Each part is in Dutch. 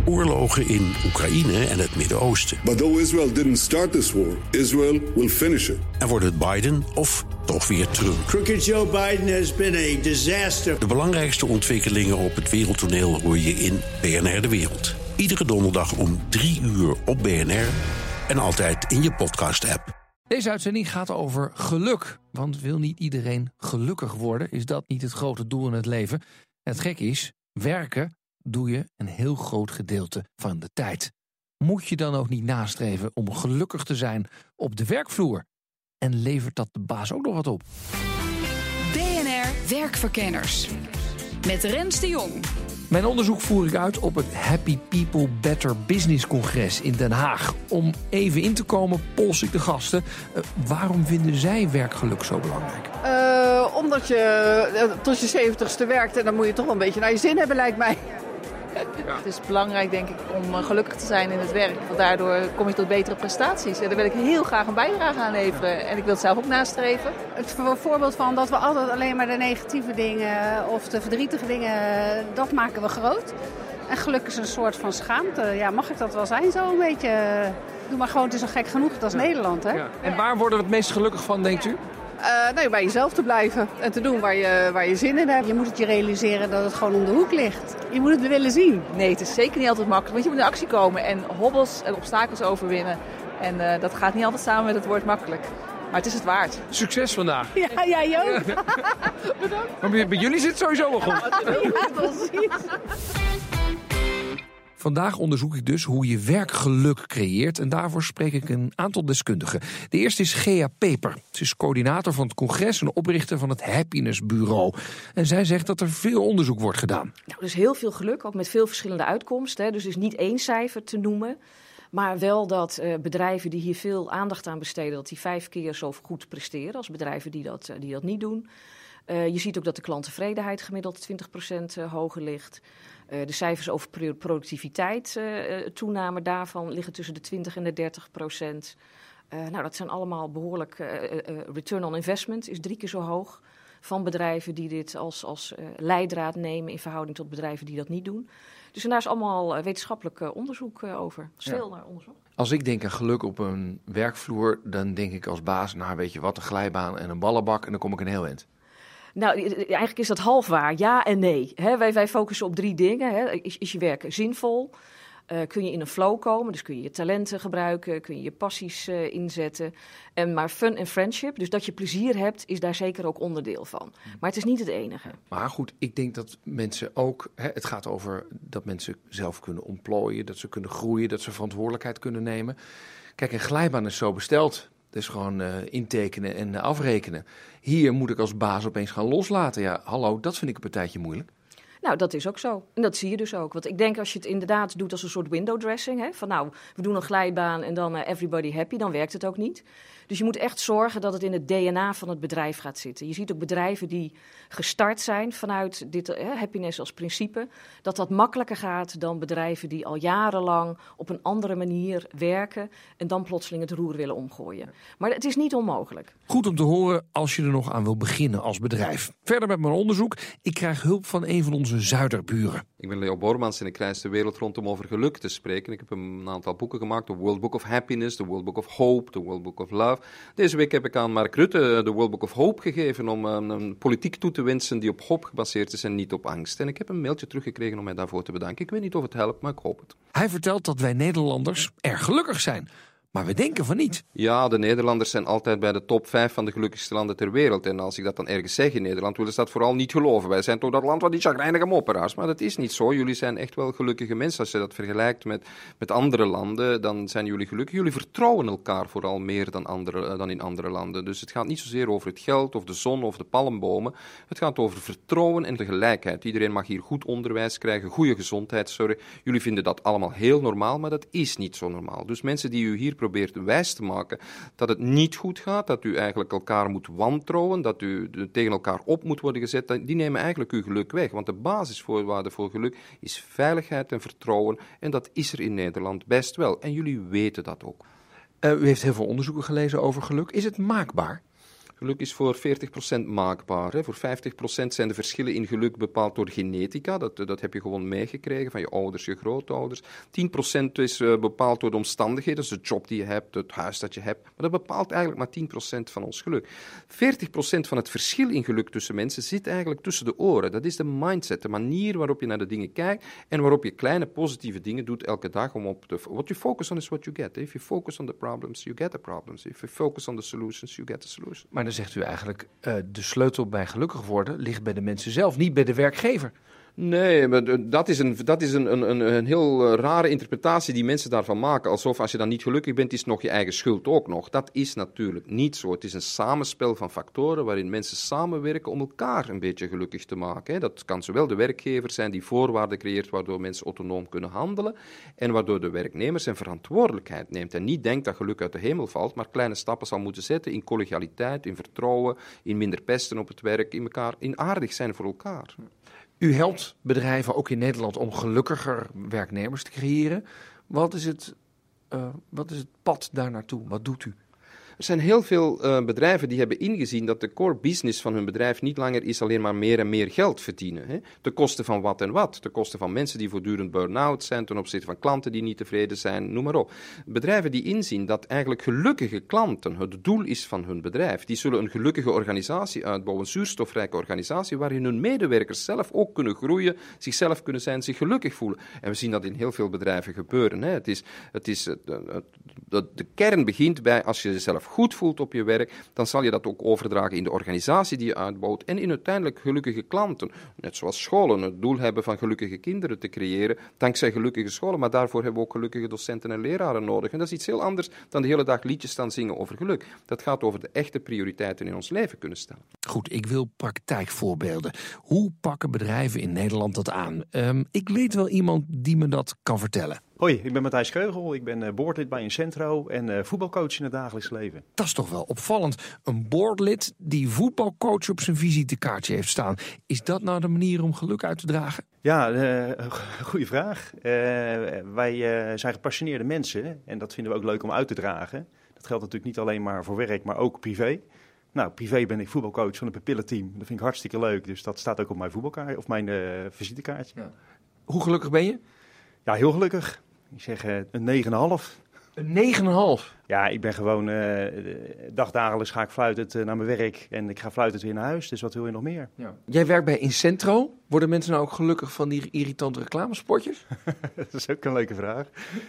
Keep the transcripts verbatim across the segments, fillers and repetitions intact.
oorlogen in Oekraïne en het Midden-Oosten. But though Israel didn't start this war, Israel will finish it. En wordt het Biden of toch weer Trump? Crooked Joe Biden has been a disaster. De belangrijkste ontwikkelingen op het wereldtoneel hoor je in B N R De Wereld. Iedere donderdag om drie uur op B N R en altijd in je podcast-app. Deze uitzending gaat over geluk. Want wil niet iedereen gelukkig worden? Is dat niet het grote doel in het leven? En het gek is, werken doe je een heel groot gedeelte van de tijd. Moet je dan ook niet nastreven om gelukkig te zijn op de werkvloer? En levert dat de baas ook nog wat op? B N R Werkverkenners. Met Rens de Jong. Mijn onderzoek voer ik uit op het Happy People Better Business Congres in Den Haag. Om even in te komen, pols ik de gasten. Uh, waarom vinden zij werkgeluk zo belangrijk? Uh, omdat je uh, tot je zeventigste werkt en dan moet je toch wel een beetje naar je zin hebben, lijkt mij. Ja. Het is belangrijk, denk ik, om gelukkig te zijn in het werk. Want daardoor kom je tot betere prestaties. En daar wil ik heel graag een bijdrage aan leveren. En ik wil het zelf ook nastreven. Het voorbeeld van dat we altijd alleen maar de negatieve dingen of de verdrietige dingen, dat maken we groot. En geluk is een soort van schaamte. Ja, mag ik dat wel zijn zo een beetje? Doe maar gewoon, het is al gek genoeg, dat is ja. Nederland, hè? Ja. En waar worden we het meest gelukkig van, denkt u? Uh, nee, bij jezelf te blijven en te doen waar je, waar je zin in hebt. Je moet het je realiseren dat het gewoon om de hoek ligt. Je moet het willen zien. Nee, het is zeker niet altijd makkelijk, want je moet in actie komen en hobbels en obstakels overwinnen. En uh, dat gaat niet altijd samen met het woord makkelijk. Maar het is het waard. Succes vandaag. Ja, jij ook. Ja. Bedankt. Maar bij jullie zit het sowieso wel goed. Ja, precies. Vandaag onderzoek ik dus hoe je werkgeluk creëert en daarvoor spreek ik een aantal deskundigen. De eerste is Gea Peper. Ze is coördinator van het congres en oprichter van het Happiness Bureau. En zij zegt dat er veel onderzoek wordt gedaan. Nou, dus heel veel geluk, ook met veel verschillende uitkomsten. Hè. Dus er is niet één cijfer te noemen. Maar wel dat uh, bedrijven die hier veel aandacht aan besteden, dat die vijf keer zo goed presteren als bedrijven die dat, uh, die dat niet doen. Uh, je ziet ook dat de klanttevredenheid gemiddeld twintig procent uh, hoger ligt. Uh, de cijfers over productiviteit, uh, toename daarvan liggen tussen de twintig en de dertig procent. Uh, nou, dat zijn allemaal behoorlijk, uh, uh, return on investment is drie keer zo hoog van bedrijven die dit als, als uh, leidraad nemen in verhouding tot bedrijven die dat niet doen. Dus en daar is allemaal uh, wetenschappelijk uh, onderzoek uh, over. Veel ja. onderzoek. Als ik denk aan geluk op een werkvloer, dan denk ik als baas, nou weet je wat, een glijbaan en een ballenbak en dan kom ik een heel eind. Nou, eigenlijk is dat half waar. Ja en nee. He, wij, wij focussen op drie dingen. He. Is, is je werk zinvol? Uh, kun je in een flow komen? Dus kun je je talenten gebruiken? Kun je je passies uh, inzetten? En maar fun en friendship, dus dat je plezier hebt, is daar zeker ook onderdeel van. Maar het is niet het enige. Maar goed, ik denk dat mensen ook, hè, het gaat over dat mensen zelf kunnen ontplooien, dat ze kunnen groeien, dat ze verantwoordelijkheid kunnen nemen. Kijk, een glijbaan is zo besteld. Dus gewoon uh, intekenen en uh, afrekenen. Hier moet ik als baas opeens gaan loslaten. Ja, hallo, dat vind ik een partijtje moeilijk. Nou, dat is ook zo. En dat zie je dus ook. Want ik denk als je het inderdaad doet als een soort window dressing, hè, van nou, we doen een glijbaan en dan uh, everybody happy, dan werkt het ook niet. Dus je moet echt zorgen dat het in het D N A van het bedrijf gaat zitten. Je ziet ook bedrijven die gestart zijn vanuit dit uh, happiness als principe, dat dat makkelijker gaat dan bedrijven die al jarenlang op een andere manier werken en dan plotseling het roer willen omgooien. Maar het is niet onmogelijk. Goed om te horen als je er nog aan wil beginnen als bedrijf. Verder met mijn onderzoek. Ik krijg hulp van een van onze zuiderburen. Ik ben Leo Bormans en ik reis de wereld rond om over geluk te spreken. Ik heb een aantal boeken gemaakt. The World Book of Happiness, The World Book of Hope, The World Book of Love. Deze week heb ik aan Mark Rutte de World Book of Hope gegeven om een, een politiek toe te wensen die op hoop gebaseerd is en niet op angst. En ik heb een mailtje teruggekregen om mij daarvoor te bedanken. Ik weet niet of het helpt, maar ik hoop het. Hij vertelt dat wij Nederlanders erg gelukkig zijn. Maar we denken van niet. Ja, de Nederlanders zijn altijd bij de top vijf van de gelukkigste landen ter wereld. En als ik dat dan ergens zeg in Nederland, willen ze dat vooral niet geloven. Wij zijn toch dat land wat die chagrijnige mopperaars. Maar dat is niet zo. Jullie zijn echt wel gelukkige mensen. Als je dat vergelijkt met, met andere landen, dan zijn jullie gelukkig. Jullie vertrouwen elkaar vooral meer dan, andere, dan in andere landen. Dus het gaat niet zozeer over het geld of de zon of de palmbomen. Het gaat over vertrouwen en de gelijkheid. Iedereen mag hier goed onderwijs krijgen, goede gezondheidszorg. Jullie vinden dat allemaal heel normaal, maar dat is niet zo normaal. Dus mensen die u hier probeert wijs te maken dat het niet goed gaat, dat u eigenlijk elkaar moet wantrouwen, dat u tegen elkaar op moet worden gezet, die nemen eigenlijk uw geluk weg. Want de basisvoorwaarde voor geluk is veiligheid en vertrouwen en dat is er in Nederland best wel. En jullie weten dat ook. Uh, u heeft heel veel onderzoeken gelezen over geluk. Is het maakbaar? Geluk is voor veertig procent maakbaar. Hè. Voor vijftig procent zijn de verschillen in geluk bepaald door genetica. Dat, dat heb je gewoon meegekregen van je ouders, je grootouders. tien procent is uh, bepaald door de omstandigheden. Dus de job die je hebt, het huis dat je hebt. Maar dat bepaalt eigenlijk maar tien procent van ons geluk. veertig procent van het verschil in geluk tussen mensen zit eigenlijk tussen de oren. Dat is de mindset, de manier waarop je naar de dingen kijkt en waarop je kleine positieve dingen doet elke dag. Om op de, what you focus on is what you get. If you focus on the problems, you get the problems. If you focus on the solutions, you get the solutions. Maar dan zegt u eigenlijk, uh, de sleutel bij gelukkig worden ligt bij de mensen zelf, niet bij de werkgever. Nee, maar dat is, een, dat is een, een, een heel rare interpretatie die mensen daarvan maken. Alsof als je dan niet gelukkig bent, is het nog je eigen schuld ook nog. Dat is natuurlijk niet zo. Het is een samenspel van factoren waarin mensen samenwerken om elkaar een beetje gelukkig te maken. Dat kan zowel de werkgever zijn die voorwaarden creëert waardoor mensen autonoom kunnen handelen en waardoor de werknemer zijn verantwoordelijkheid neemt en niet denkt dat geluk uit de hemel valt, maar kleine stappen zal moeten zetten in collegialiteit, in vertrouwen, in minder pesten op het werk, in, elkaar, in aardig zijn voor elkaar. U helpt bedrijven ook in Nederland om gelukkiger werknemers te creëren. Wat is het, uh, wat is het pad daar naartoe? Wat doet u? Er zijn heel veel uh, bedrijven die hebben ingezien dat de core business van hun bedrijf niet langer is alleen maar meer en meer geld verdienen. Hè? Ten koste van wat en wat. Ten koste van mensen die voortdurend burn-out zijn, ten opzichte van klanten die niet tevreden zijn, noem maar op. Bedrijven die inzien dat eigenlijk gelukkige klanten het doel is van hun bedrijf, die zullen een gelukkige organisatie uitbouwen, een zuurstofrijke organisatie, waarin hun medewerkers zelf ook kunnen groeien, zichzelf kunnen zijn, zich gelukkig voelen. En we zien dat in heel veel bedrijven gebeuren. Hè? Het is, het is, het, het, het, de kern begint bij als je jezelf goed voelt op je werk, dan zal je dat ook overdragen in de organisatie die je uitbouwt en in uiteindelijk gelukkige klanten. Net zoals scholen het doel hebben van gelukkige kinderen te creëren, dankzij gelukkige scholen, maar daarvoor hebben we ook gelukkige docenten en leraren nodig. En dat is iets heel anders dan de hele dag liedjes staan zingen over geluk. Dat gaat over de echte prioriteiten in ons leven kunnen stellen. Goed, ik wil praktijkvoorbeelden. Hoe pakken bedrijven in Nederland dat aan? Um, ik weet wel iemand die me dat kan vertellen. Hoi, ik ben Matthijs Keugel. Ik ben boardlid bij Incentro en uh, voetbalcoach in het dagelijks leven. Dat is toch wel opvallend. Een boardlid die voetbalcoach op zijn visitekaartje heeft staan. Is dat nou de manier om geluk uit te dragen? Ja, uh, goede vraag. Uh, wij uh, zijn gepassioneerde mensen en dat vinden we ook leuk om uit te dragen. Dat geldt natuurlijk niet alleen maar voor werk, maar ook privé. Nou, privé ben ik voetbalcoach van het Pupillenteam. Dat vind ik hartstikke leuk, dus dat staat ook op mijn voetbalkaart of mijn uh, visitekaartje. Ja. Hoe gelukkig ben je? Ja, heel gelukkig. Ik zeg uh, een negen komma vijf. Een negen komma vijf? Ja, ik ben gewoon uh, dagdagelijks ga ik fluitend uh, naar mijn werk en ik ga fluitend weer naar huis. Dus wat wil je nog meer? Ja. Jij werkt bij Incentro. Worden mensen nou ook gelukkig van die irritante reclamespotjes? Dat is ook een leuke vraag.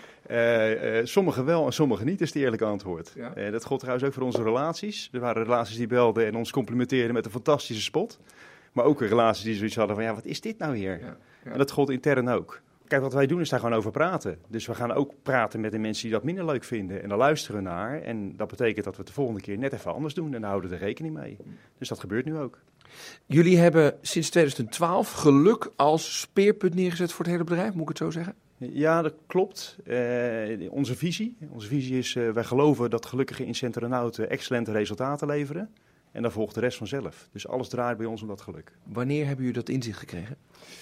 Uh, uh, sommigen wel en sommigen niet, is het eerlijke antwoord. Ja. Uh, dat gold trouwens ook voor onze relaties. Er waren relaties die belden en ons complimenteerden met een fantastische spot. Maar ook relaties die zoiets hadden van, ja, wat is dit nou hier? Ja. Ja. En dat gold intern ook. Kijk, wat wij doen is daar gewoon over praten. Dus we gaan ook praten met de mensen die dat minder leuk vinden. En daar luisteren we naar. En dat betekent dat we het de volgende keer net even anders doen. En daar houden we er rekening mee. Dus dat gebeurt nu ook. Jullie hebben sinds tweeduizend twaalf geluk als speerpunt neergezet voor het hele bedrijf. Moet ik het zo zeggen? Ja, dat klopt. Uh, onze visie. Onze visie is, uh, wij geloven dat gelukkige Incentronauten excellente resultaten leveren. En dan volgt de rest vanzelf. Dus alles draait bij ons om dat geluk. Wanneer hebben jullie dat inzicht gekregen?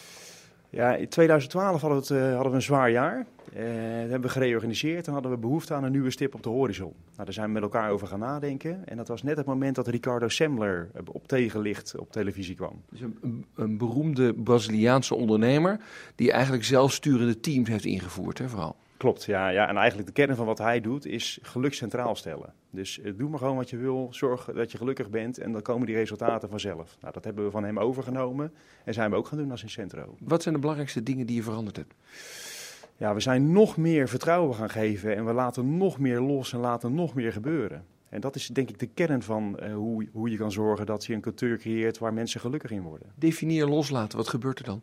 Ja, in tweeduizend twaalf hadden we, het, uh, hadden we een zwaar jaar. Uh, dat hebben we gereorganiseerd en hadden we behoefte aan een nieuwe stip op de horizon. Nou, daar zijn we met elkaar over gaan nadenken. En dat was net het moment dat Ricardo Semler op tegenlicht op televisie kwam. Dus een, een beroemde Braziliaanse ondernemer die eigenlijk zelfsturende teams heeft ingevoerd, hè, vooral. Klopt, ja, ja. En eigenlijk de kern van wat hij doet is geluk centraal stellen. Dus uh, doe maar gewoon wat je wil, zorg dat je gelukkig bent en dan komen die resultaten vanzelf. Nou, dat hebben we van hem overgenomen en zijn we ook gaan doen als Incentro. Wat zijn de belangrijkste dingen die je veranderd hebt? Ja, we zijn nog meer vertrouwen gaan geven en we laten nog meer los en laten nog meer gebeuren. En dat is denk ik de kern van uh, hoe, hoe je kan zorgen dat je een cultuur creëert waar mensen gelukkig in worden. Definieer loslaten, wat gebeurt er dan?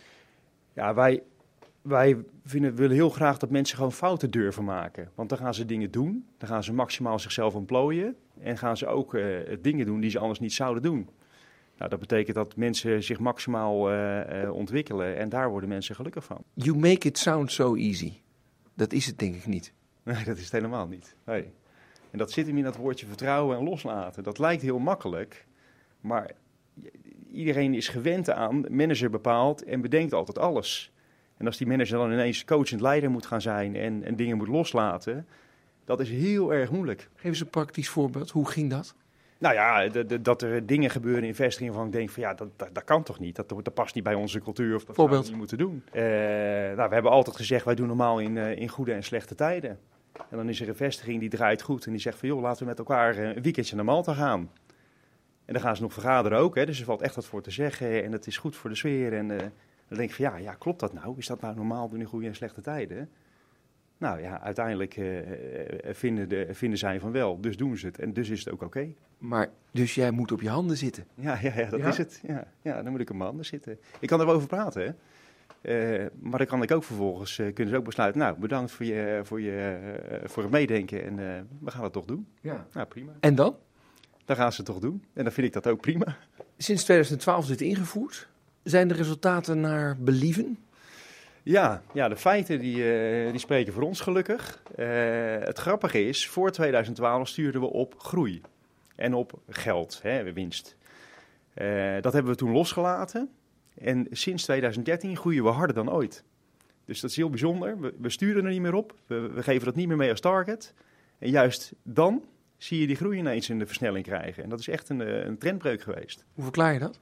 Ja, wij... Wij vinden, willen heel graag dat mensen gewoon fouten durven maken. Want dan gaan ze dingen doen, dan gaan ze maximaal zichzelf ontplooien en gaan ze ook uh, dingen doen die ze anders niet zouden doen. Nou, dat betekent dat mensen zich maximaal uh, uh, ontwikkelen en daar worden mensen gelukkig van. You make it sound so easy. Dat is het denk ik niet. Nee, dat is het helemaal niet. Nee. En dat zit hem in dat woordje vertrouwen en loslaten. Dat lijkt heel makkelijk, maar iedereen is gewend aan, manager bepaalt en bedenkt altijd alles. En als die manager dan ineens coachend leider moet gaan zijn en, en dingen moet loslaten, dat is heel erg moeilijk. Geef eens een praktisch voorbeeld. Hoe ging dat? Nou ja, de, de, dat er dingen gebeuren in vestigingen van ik denk van ja, dat, dat, dat kan toch niet. Dat, dat past niet bij onze cultuur of dat zouden we niet moeten doen. Uh, nou, we hebben altijd gezegd, wij doen normaal in, uh, in goede en slechte tijden. En dan is er een vestiging die draait goed en die zegt van joh, laten we met elkaar een weekendje naar Malta gaan. En dan gaan ze nog vergaderen ook, hè, dus er valt echt wat voor te zeggen en het is goed voor de sfeer. En uh, dan denk ik van ja, ja, klopt dat nou? Is dat nou normaal doen in goede en slechte tijden? Nou ja, uiteindelijk uh, vinden, de, vinden zij van wel, dus doen ze het en dus is het ook oké. Okay. Maar dus jij moet op je handen zitten? Ja, ja, ja dat ja? is het. Ja, ja, dan moet ik op mijn handen zitten. Ik kan er wel over praten, hè. Uh, maar dan kan ik ook vervolgens, uh, kunnen ze ook besluiten, nou bedankt voor, je, voor, je, uh, voor het meedenken en uh, we gaan het toch doen. Ja. Nou, prima. En dan? Dan gaan ze het toch doen en dan vind ik dat ook prima. Sinds twintig twaalf is dit ingevoerd. Zijn de resultaten naar believen? Ja, ja, de feiten die, uh, die spreken voor ons gelukkig. Uh, het grappige is, voor twintig twaalf stuurden we op groei en op geld, hè, winst. Uh, dat hebben we toen losgelaten. En sinds twintig dertien groeien we harder dan ooit. Dus dat is heel bijzonder. We, we sturen er niet meer op. We, we geven dat niet meer mee als target. En juist dan zie je die groei ineens in de versnelling krijgen. En dat is echt een, een trendbreuk geweest. Hoe verklaar je dat?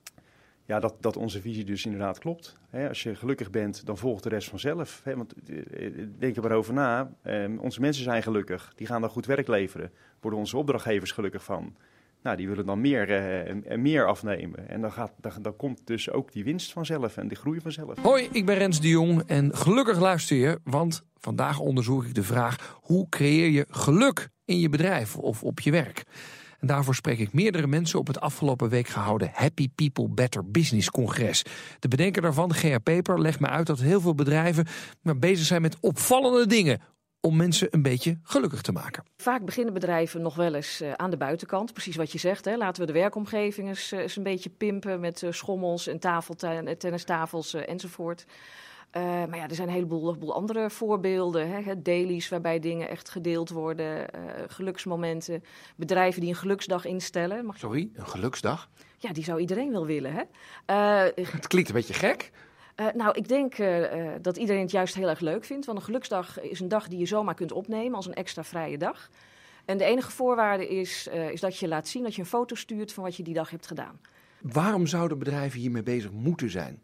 Ja, dat, dat onze visie dus inderdaad klopt. He, als je gelukkig bent, dan volgt de rest vanzelf. He, want denk er maar over na. Eh, onze mensen zijn gelukkig. Die gaan dan goed werk leveren. Worden onze opdrachtgevers gelukkig van. Nou, die willen dan meer, uh, meer afnemen. En dan, gaat, dan, dan komt dus ook die winst vanzelf en de groei vanzelf. Hoi, ik ben Rens de Jong en gelukkig luister je, want vandaag onderzoek ik de vraag: hoe creëer je geluk in je bedrijf of op je werk? En daarvoor spreek ik meerdere mensen op het afgelopen week gehouden Happy People Better Business Congres. De bedenker daarvan, Gea Peper, legt me uit dat heel veel bedrijven maar bezig zijn met opvallende dingen om mensen een beetje gelukkig te maken. Vaak beginnen bedrijven nog wel eens uh, aan de buitenkant. Precies wat je zegt. Hè. Laten we de werkomgeving eens, uh, eens een beetje pimpen met uh, schommels en tafelten- tennistafels uh, enzovoort. Uh, maar ja, er zijn een heleboel, heleboel andere voorbeelden. Hè. Dailies waarbij dingen echt gedeeld worden. Uh, geluksmomenten. Bedrijven die een geluksdag instellen. Mag... Sorry, een geluksdag? Ja, die zou iedereen wel willen. Hè. Uh, het klinkt een beetje gek. Uh, nou, ik denk uh, uh, dat iedereen het juist heel erg leuk vindt. Want een geluksdag is een dag die je zomaar kunt opnemen als een extra vrije dag. En de enige voorwaarde is, uh, is dat je laat zien dat je een foto stuurt van wat je die dag hebt gedaan. Waarom zouden bedrijven hiermee bezig moeten zijn?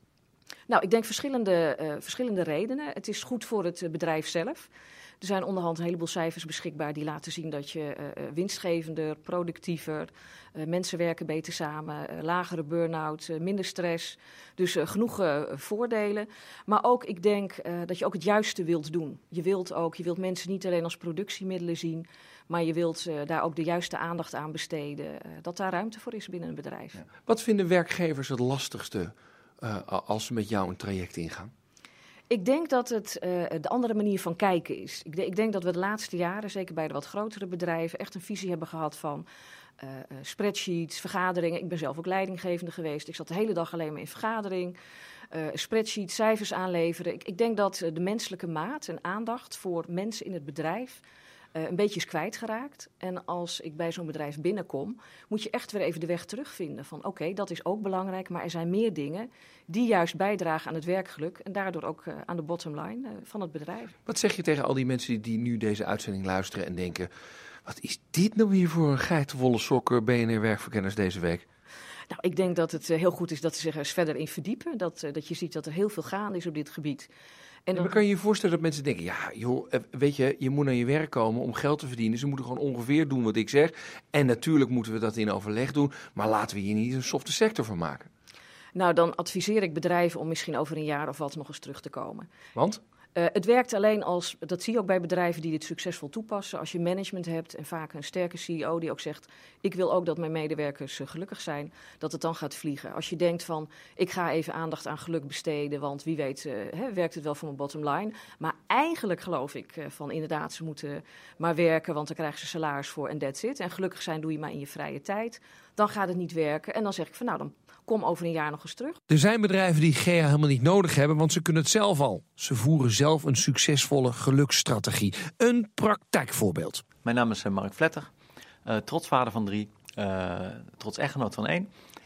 Nou, ik denk verschillende, uh, verschillende redenen. Het is goed voor het uh, bedrijf zelf. Er zijn onderhand een heleboel cijfers beschikbaar die laten zien dat je uh, winstgevender, productiever, uh, mensen werken beter samen, uh, lagere burn-out, uh, minder stress. Dus uh, genoeg uh, voordelen. Maar ook, ik denk uh, dat je ook het juiste wilt doen. Je wilt ook, je wilt mensen niet alleen als productiemiddelen zien, maar je wilt uh, daar ook de juiste aandacht aan besteden. Uh, dat daar ruimte voor is binnen een bedrijf. Ja. Wat vinden werkgevers het lastigste uh, als ze met jou een traject ingaan? Ik denk dat het uh, de andere manier van kijken is. Ik, de, ik denk dat we de laatste jaren, zeker bij de wat grotere bedrijven, echt een visie hebben gehad van uh, uh, spreadsheets, vergaderingen. Ik ben zelf ook leidinggevende geweest. Ik zat de hele dag alleen maar in vergadering. Uh, spreadsheets, cijfers aanleveren. Ik, ik denk dat uh, de menselijke maat en aandacht voor mensen in het bedrijf Uh, een beetje is kwijtgeraakt. En als ik bij zo'n bedrijf binnenkom, moet je echt weer even de weg terugvinden. Van oké, okay, dat is ook belangrijk, maar er zijn meer dingen die juist bijdragen aan het werkgeluk en daardoor ook uh, aan de bottomline uh, van het bedrijf. Wat zeg je tegen al die mensen die, die nu deze uitzending luisteren en denken: wat is dit nou weer voor een geitenwolle sokken B N R Werkverkenners deze week? Nou, ik denk dat het uh, heel goed is dat ze zich er eens verder in verdiepen. Dat, uh, dat je ziet dat er heel veel gaande is op dit gebied. En dan... Ja, maar kan je je voorstellen dat mensen denken: ja, joh, weet je, je moet naar je werk komen om geld te verdienen. Ze moeten gewoon ongeveer doen wat ik zeg. En natuurlijk moeten we dat in overleg doen. Maar laten we hier niet een softe sector van maken. Nou, dan adviseer ik bedrijven om misschien over een jaar of wat nog eens terug te komen. Want? Uh, het werkt alleen als, dat zie je ook bij bedrijven die dit succesvol toepassen, als je management hebt en vaak een sterke C E O die ook zegt: ik wil ook dat mijn medewerkers uh, gelukkig zijn, dat het dan gaat vliegen. Als je denkt van: ik ga even aandacht aan geluk besteden, want wie weet uh, hè, werkt het wel voor mijn bottom line. Maar eigenlijk geloof ik uh, van inderdaad, ze moeten maar werken, want dan krijgen ze salaris voor en that's it. En gelukkig zijn doe je maar in je vrije tijd. Dan gaat het niet werken. En dan zeg ik van nou, dan kom over een jaar nog eens terug. Er zijn bedrijven die Gea helemaal niet nodig hebben, want ze kunnen het zelf al. Ze voeren zelf een succesvolle geluksstrategie. Een praktijkvoorbeeld. Mijn naam is Mark Vletter, uh, trots vader van drie, uh, trots echtgenoot van één.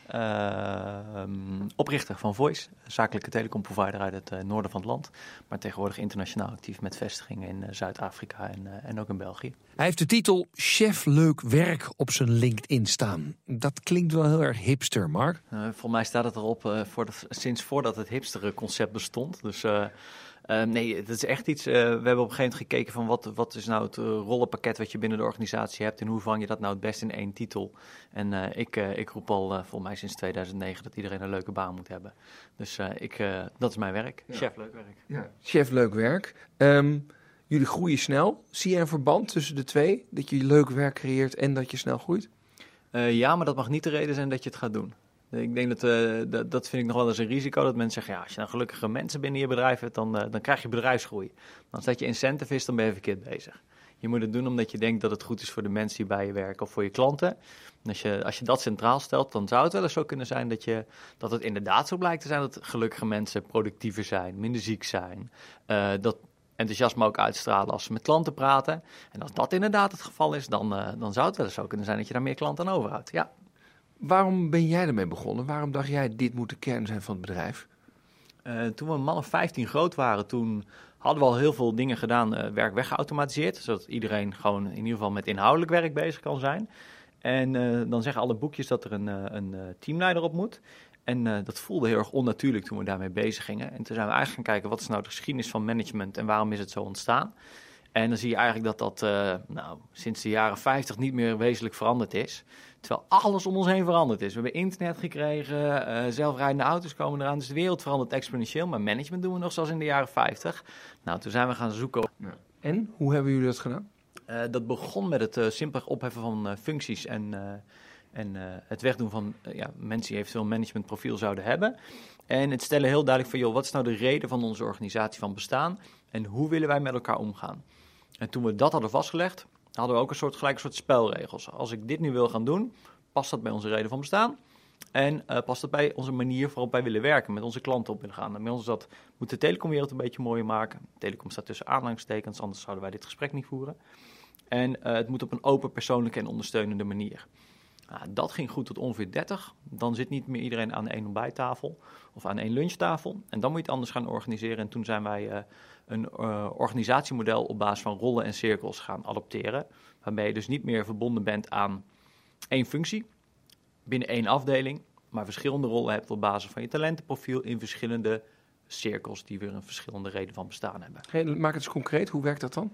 uh, oprichter van Voice, een zakelijke telecomprovider uit het uh, noorden van het land. Maar tegenwoordig internationaal actief met vestigingen in uh, Zuid-Afrika en, uh, en ook in België. Hij heeft de titel Chef Leuk Werk op zijn LinkedIn staan. Dat klinkt wel heel erg hipster, Mark. Uh, volgens mij staat het erop uh, voor de, sinds voordat het hipster concept bestond. Dus... Uh, Uh, nee, het is echt iets. Uh, we hebben op een gegeven moment gekeken van wat, wat is nou het uh, rollenpakket wat je binnen de organisatie hebt en hoe vang je dat nou het best in één titel. En uh, ik, uh, ik roep al uh, volgens mij sinds tweeduizend negen dat iedereen een leuke baan moet hebben. Dus uh, ik, uh, dat is mijn werk. Ja. Chef Leuk Werk. Ja. Chef Leuk Werk. Um, jullie groeien snel. Zie je een verband tussen de twee? Dat je leuk werk creëert en dat je snel groeit? Uh, ja, maar dat mag niet de reden zijn dat je het gaat doen. Ik denk dat, uh, dat, dat vind ik nog wel eens een risico, dat mensen zeggen, ja, als je nou gelukkige mensen binnen je bedrijf hebt, dan, uh, dan krijg je bedrijfsgroei. Maar als dat je incentive is, dan ben je verkeerd bezig. Je moet het doen omdat je denkt dat het goed is voor de mensen die bij je werken of voor je klanten. En als je, als je dat centraal stelt, dan zou het wel eens zo kunnen zijn dat, je, dat het inderdaad zo blijkt te zijn dat gelukkige mensen productiever zijn, minder ziek zijn, uh, dat enthousiasme ook uitstralen als ze met klanten praten. En als dat inderdaad het geval is, dan, uh, dan zou het wel eens zo kunnen zijn dat je daar meer klanten aan overhoudt. Ja. Waarom ben jij ermee begonnen? Waarom dacht jij, dit moet de kern zijn van het bedrijf? Uh, toen we een man of vijftien groot waren, toen hadden we al heel veel dingen gedaan, uh, werk weggeautomatiseerd. Zodat iedereen gewoon in ieder geval met inhoudelijk werk bezig kan zijn. En uh, dan zeggen alle boekjes dat er een, uh, een uh, teamleider op moet. En uh, dat voelde heel erg onnatuurlijk toen we daarmee bezig gingen. En toen zijn we eigenlijk gaan kijken, wat is nou de geschiedenis van management en waarom is het zo ontstaan? En dan zie je eigenlijk dat dat uh, nou, sinds de jaren vijftig niet meer wezenlijk veranderd is. Terwijl alles om ons heen veranderd is. We hebben internet gekregen, uh, zelfrijdende auto's komen eraan. Dus de wereld verandert exponentieel. Maar management doen we nog zoals in de jaren vijftig. Nou, toen zijn we gaan zoeken. Ja. En, hoe hebben jullie dat gedaan? Uh, dat begon met het uh, simpelweg opheffen van uh, functies en, uh, en uh, het wegdoen van uh, ja, mensen die eventueel een managementprofiel zouden hebben. En het stellen heel duidelijk van, joh, wat is nou de reden van onze organisatie van bestaan? En hoe willen wij met elkaar omgaan? En toen we dat hadden vastgelegd, hadden we ook een soort, gelijk een soort spelregels. Als ik dit nu wil gaan doen, past dat bij onze reden van bestaan? En uh, past dat bij onze manier waarop wij willen werken, met onze klanten op willen gaan? En bij ons is dat, moet de telecomwereld een beetje mooier maken. Telecom staat tussen aanhalingstekens, anders zouden wij dit gesprek niet voeren. En uh, het moet op een open, persoonlijke en ondersteunende manier. Nou, dat ging goed tot ongeveer dertig. Dan zit niet meer iedereen aan één ontbijttafel of aan één lunchtafel. En dan moet je het anders gaan organiseren. En toen zijn wij uh, een uh, organisatiemodel op basis van rollen en cirkels gaan adopteren. Waarbij je dus niet meer verbonden bent aan één functie binnen één afdeling, maar verschillende rollen hebt op basis van je talentenprofiel in verschillende cirkels die weer een verschillende reden van bestaan hebben. Hey, maak het eens concreet, hoe werkt dat dan?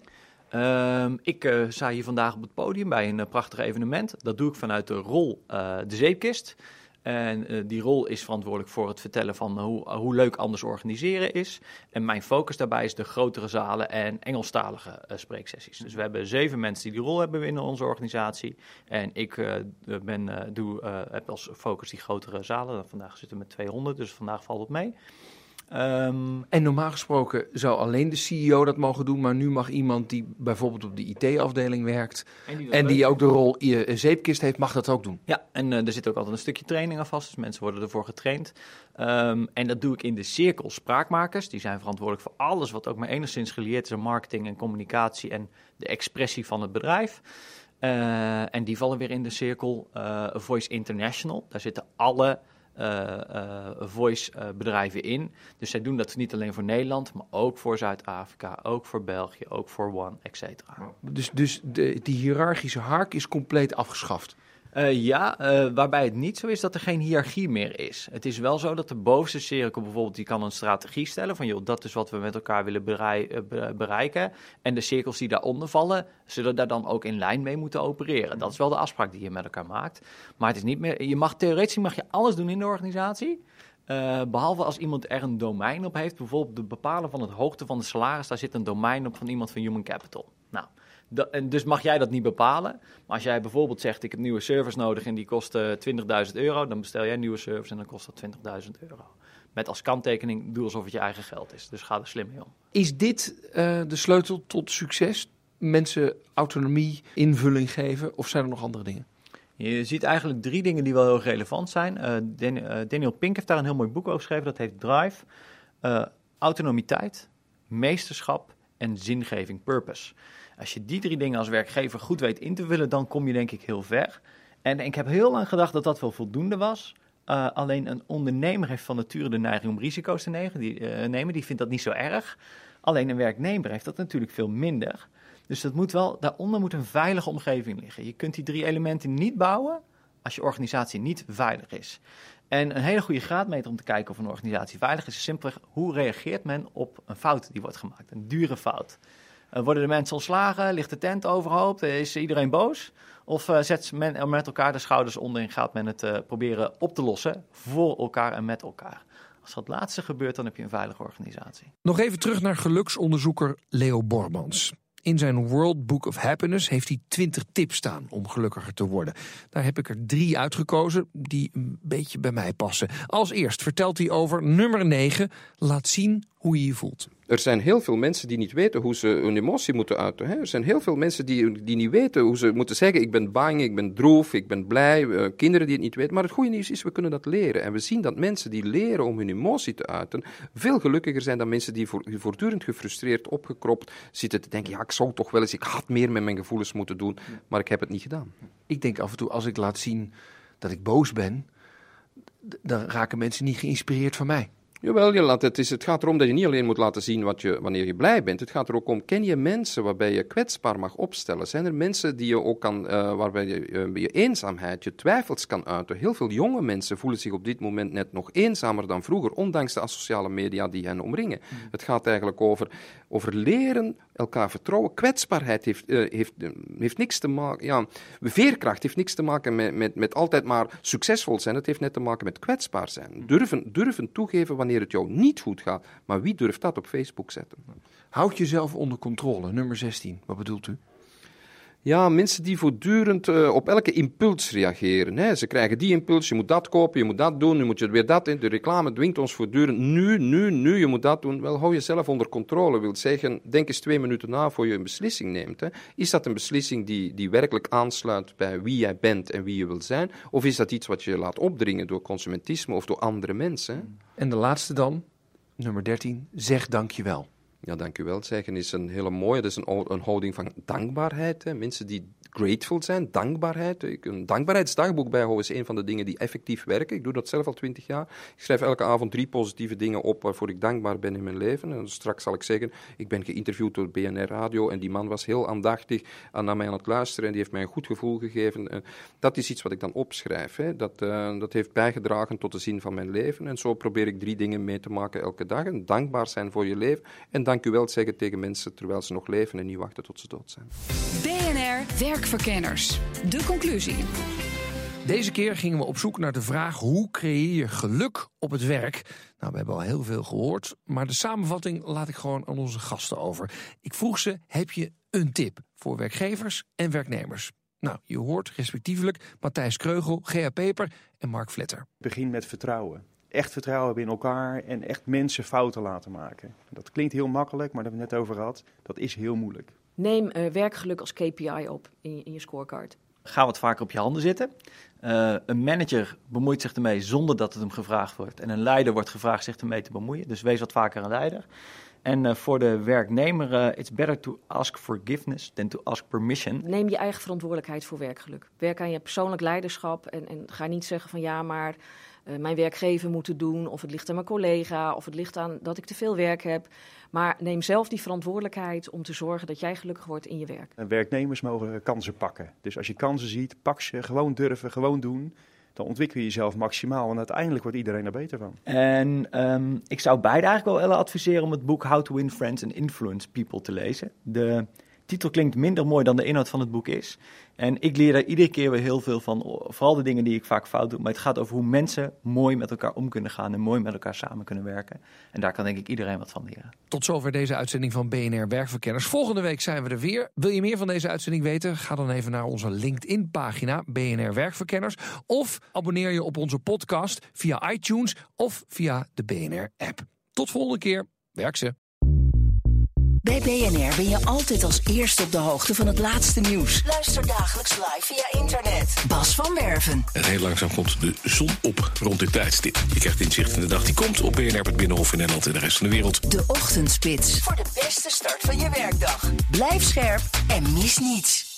Uh, ik uh, sta hier vandaag op het podium bij een uh, prachtig evenement. Dat doe ik vanuit de rol uh, de zeepkist. En uh, die rol is verantwoordelijk voor het vertellen van uh, hoe, uh, hoe leuk anders organiseren is. En mijn focus daarbij is de grotere zalen en Engelstalige uh, spreeksessies. Dus we hebben zeven mensen die die rol hebben binnen onze organisatie. En ik uh, ben, uh, doe, uh, heb als focus die grotere zalen. Vandaag zitten we met tweehonderd, dus vandaag valt het mee. Um, en normaal gesproken zou alleen de C E O dat mogen doen, maar nu mag iemand die bijvoorbeeld op de I T-afdeling werkt en die, en die ook de rol uh, zeepkist heeft, mag dat ook doen. Ja, en uh, er zit ook altijd een stukje training aan vast, dus mensen worden ervoor getraind. Um, en dat doe ik in de cirkel spraakmakers. Die zijn verantwoordelijk voor alles wat ook maar enigszins gelieerd is aan marketing en communicatie en de expressie van het bedrijf. Uh, en die vallen weer in de cirkel uh, Voice International. Daar zitten alle Uh, uh, voice-bedrijven uh, in. Dus zij doen dat niet alleen voor Nederland, maar ook voor Zuid-Afrika, ook voor België, ook voor One, et cetera. Dus, dus de, die hiërarchische hark is compleet afgeschaft? Uh, ja, uh, waarbij het niet zo is dat er geen hiërarchie meer is. Het is wel zo dat de bovenste cirkel bijvoorbeeld, die kan een strategie stellen van, joh, dat is wat we met elkaar willen berei- bereiken. En de cirkels die daaronder vallen, zullen daar dan ook in lijn mee moeten opereren. Dat is wel de afspraak die je met elkaar maakt. Maar het is niet meer, je mag theoretisch mag je alles doen in de organisatie. Uh, behalve als iemand er een domein op heeft, bijvoorbeeld het bepalen van het hoogte van de salaris, daar zit een domein op van iemand van Human Capital. Nou, da- en dus mag jij dat niet bepalen. Maar als jij bijvoorbeeld zegt, ik heb nieuwe servers nodig en die kosten twintigduizend euro, dan bestel jij een nieuwe servers en dan kost dat twintigduizend euro. Met als kanttekening, doe alsof het je eigen geld is. Dus ga er slim mee om. Is dit uh, de sleutel tot succes? Mensen autonomie, invulling geven, of zijn er nog andere dingen? Je ziet eigenlijk drie dingen die wel heel relevant zijn. Uh, Dan, uh, Daniel Pink heeft daar een heel mooi boek over geschreven. Dat heet Drive. Uh, autonomiteit, meesterschap en zingeving, purpose. Als je die drie dingen als werkgever goed weet in te vullen, dan kom je denk ik heel ver. En ik heb heel lang gedacht dat dat wel voldoende was. Uh, alleen een ondernemer heeft van nature de neiging om risico's te nemen. Die, uh, nemen. Die vindt dat niet zo erg. Alleen een werknemer heeft dat natuurlijk veel minder. Dus dat moet wel, daaronder moet een veilige omgeving liggen. Je kunt die drie elementen niet bouwen als je organisatie niet veilig is. En een hele goede graadmeter om te kijken of een organisatie veilig is, is simpelweg hoe reageert men op een fout die wordt gemaakt. Een dure fout. Uh, worden de mensen ontslagen? Ligt de tent overhoop? Is iedereen boos? Of uh, zet men met elkaar de schouders onder en gaat men het uh, proberen op te lossen voor elkaar en met elkaar? Als dat laatste gebeurt, dan heb je een veilige organisatie. Nog even terug naar geluksonderzoeker Leo Bormans. In zijn World Book of Happiness heeft hij twintig tips staan om gelukkiger te worden. Daar heb ik er drie uitgekozen die een beetje bij mij passen. Als eerst vertelt hij over nummer negen. Laat zien hoe je je voelt. Er zijn heel veel mensen die niet weten hoe ze hun emotie moeten uiten. Hè? Er zijn heel veel mensen die, die niet weten hoe ze moeten zeggen, ik ben bang, ik ben droef, ik ben blij. Uh, kinderen die het niet weten. Maar het goede nieuws is, we kunnen dat leren. En we zien dat mensen die leren om hun emotie te uiten, veel gelukkiger zijn dan mensen die voortdurend gefrustreerd, opgekropt zitten te denken, ja, ik zou toch wel eens, ik had meer met mijn gevoelens moeten doen, maar ik heb het niet gedaan. Ik denk af en toe, als ik laat zien dat ik boos ben, dan raken mensen niet geïnspireerd van mij. Jawel, je laat, het, is, het gaat erom dat je niet alleen moet laten zien wat je, wanneer je blij bent. Het gaat er ook om, ken je mensen waarbij je kwetsbaar mag opstellen? Zijn er mensen die je ook kan, uh, waarbij je uh, je eenzaamheid, je twijfels kan uiten? Heel veel jonge mensen voelen zich op dit moment net nog eenzamer dan vroeger, ondanks de asociale media die hen omringen. Mm. Het gaat eigenlijk over, over leren, elkaar vertrouwen. Kwetsbaarheid heeft, uh, heeft, uh, heeft niks te maken, ja, veerkracht heeft niks te maken met, met, met altijd maar succesvol zijn. Het heeft net te maken met kwetsbaar zijn. Durven, durven toegeven wanneer het jou niet goed gaat. Maar wie durft dat op Facebook zetten? Houd jezelf onder controle. Nummer zestien. Wat bedoelt u? Ja, mensen die voortdurend uh, op elke impuls reageren. Hè. Ze krijgen die impuls, je moet dat kopen, je moet dat doen, nu moet je weer dat in. De reclame dwingt ons voortdurend, nu, nu, nu, je moet dat doen. Wel, hou jezelf onder controle. Wil zeggen, denk eens twee minuten na voor je een beslissing neemt. Hè. Is dat een beslissing die, die werkelijk aansluit bij wie jij bent en wie je wilt zijn? Of is dat iets wat je laat opdringen door consumentisme of door andere mensen? Hè? En de laatste dan, nummer dertien, zeg dankjewel. Ja, dank u wel. Zeggen is een hele mooie, dat is een, een houding van dankbaarheid. Hè. Mensen die grateful zijn, dankbaarheid. Ik, een dankbaarheidsdagboek bijhouden is een van de dingen die effectief werken. Ik doe dat zelf al twintig jaar. Ik schrijf elke avond drie positieve dingen op waarvoor ik dankbaar ben in mijn leven. En straks zal ik zeggen, ik ben geïnterviewd door B N R Radio en die man was heel aandachtig naar mij aan het luisteren en die heeft mij een goed gevoel gegeven. En dat is iets wat ik dan opschrijf. Hè. Dat, uh, dat heeft bijgedragen tot de zin van mijn leven. En zo probeer ik drie dingen mee te maken elke dag. En dankbaar zijn voor je leven en dank u wel zeggen tegen mensen terwijl ze nog leven en niet wachten tot ze dood zijn. B N R Werkverkenners. De conclusie. Deze keer gingen we op zoek naar de vraag, hoe creëer je geluk op het werk? Nou, we hebben al heel veel gehoord, maar de samenvatting laat ik gewoon aan onze gasten over. Ik vroeg ze, heb je een tip voor werkgevers en werknemers? Nou, je hoort respectievelijk Matthijs Kreugel, G A Peper en Mark Vletter. Begin met vertrouwen. Echt vertrouwen hebben in elkaar en echt mensen fouten laten maken. Dat klinkt heel makkelijk, maar daar hebben we het net over gehad. Dat is heel moeilijk. Neem uh, werkgeluk als K P I op in je, in je scorecard. Ga wat vaker op je handen zitten. Uh, een manager bemoeit zich ermee zonder dat het hem gevraagd wordt. En een leider wordt gevraagd zich ermee te bemoeien. Dus wees wat vaker een leider. En uh, voor de werknemer, uh, it's better to ask forgiveness than to ask permission. Neem je eigen verantwoordelijkheid voor werkgeluk. Werk aan je persoonlijk leiderschap en, en ga niet zeggen van ja, maar uh, mijn werkgever moet het doen, of het ligt aan mijn collega, of het ligt aan dat ik te veel werk heb. Maar neem zelf die verantwoordelijkheid om te zorgen dat jij gelukkig wordt in je werk. En werknemers mogen kansen pakken. Dus als je kansen ziet, pak ze, gewoon durven, gewoon doen. Dan ontwikkel je jezelf maximaal en uiteindelijk wordt iedereen er beter van. En um, ik zou beide eigenlijk wel adviseren om het boek How to Win Friends and Influence People te lezen. De titel klinkt minder mooi dan de inhoud van het boek is. En ik leer daar iedere keer weer heel veel van, vooral de dingen die ik vaak fout doe. Maar het gaat over hoe mensen mooi met elkaar om kunnen gaan en mooi met elkaar samen kunnen werken. En daar kan denk ik iedereen wat van leren. Tot zover deze uitzending van B N R Werkverkenners. Volgende week zijn we er weer. Wil je meer van deze uitzending weten? Ga dan even naar onze LinkedIn-pagina B N R Werkverkenners. Of abonneer je op onze podcast via iTunes of via de B N R-app. Tot volgende keer. Werk ze. Bij B N R ben je altijd als eerste op de hoogte van het laatste nieuws. Luister dagelijks live via internet. Bas van Werven. En heel langzaam komt de zon op rond dit tijdstip. Je krijgt inzicht in de dag die komt op B N R, het Binnenhof in Nederland en de rest van de wereld. De Ochtendspits. Voor de beste start van je werkdag. Blijf scherp en mis niets.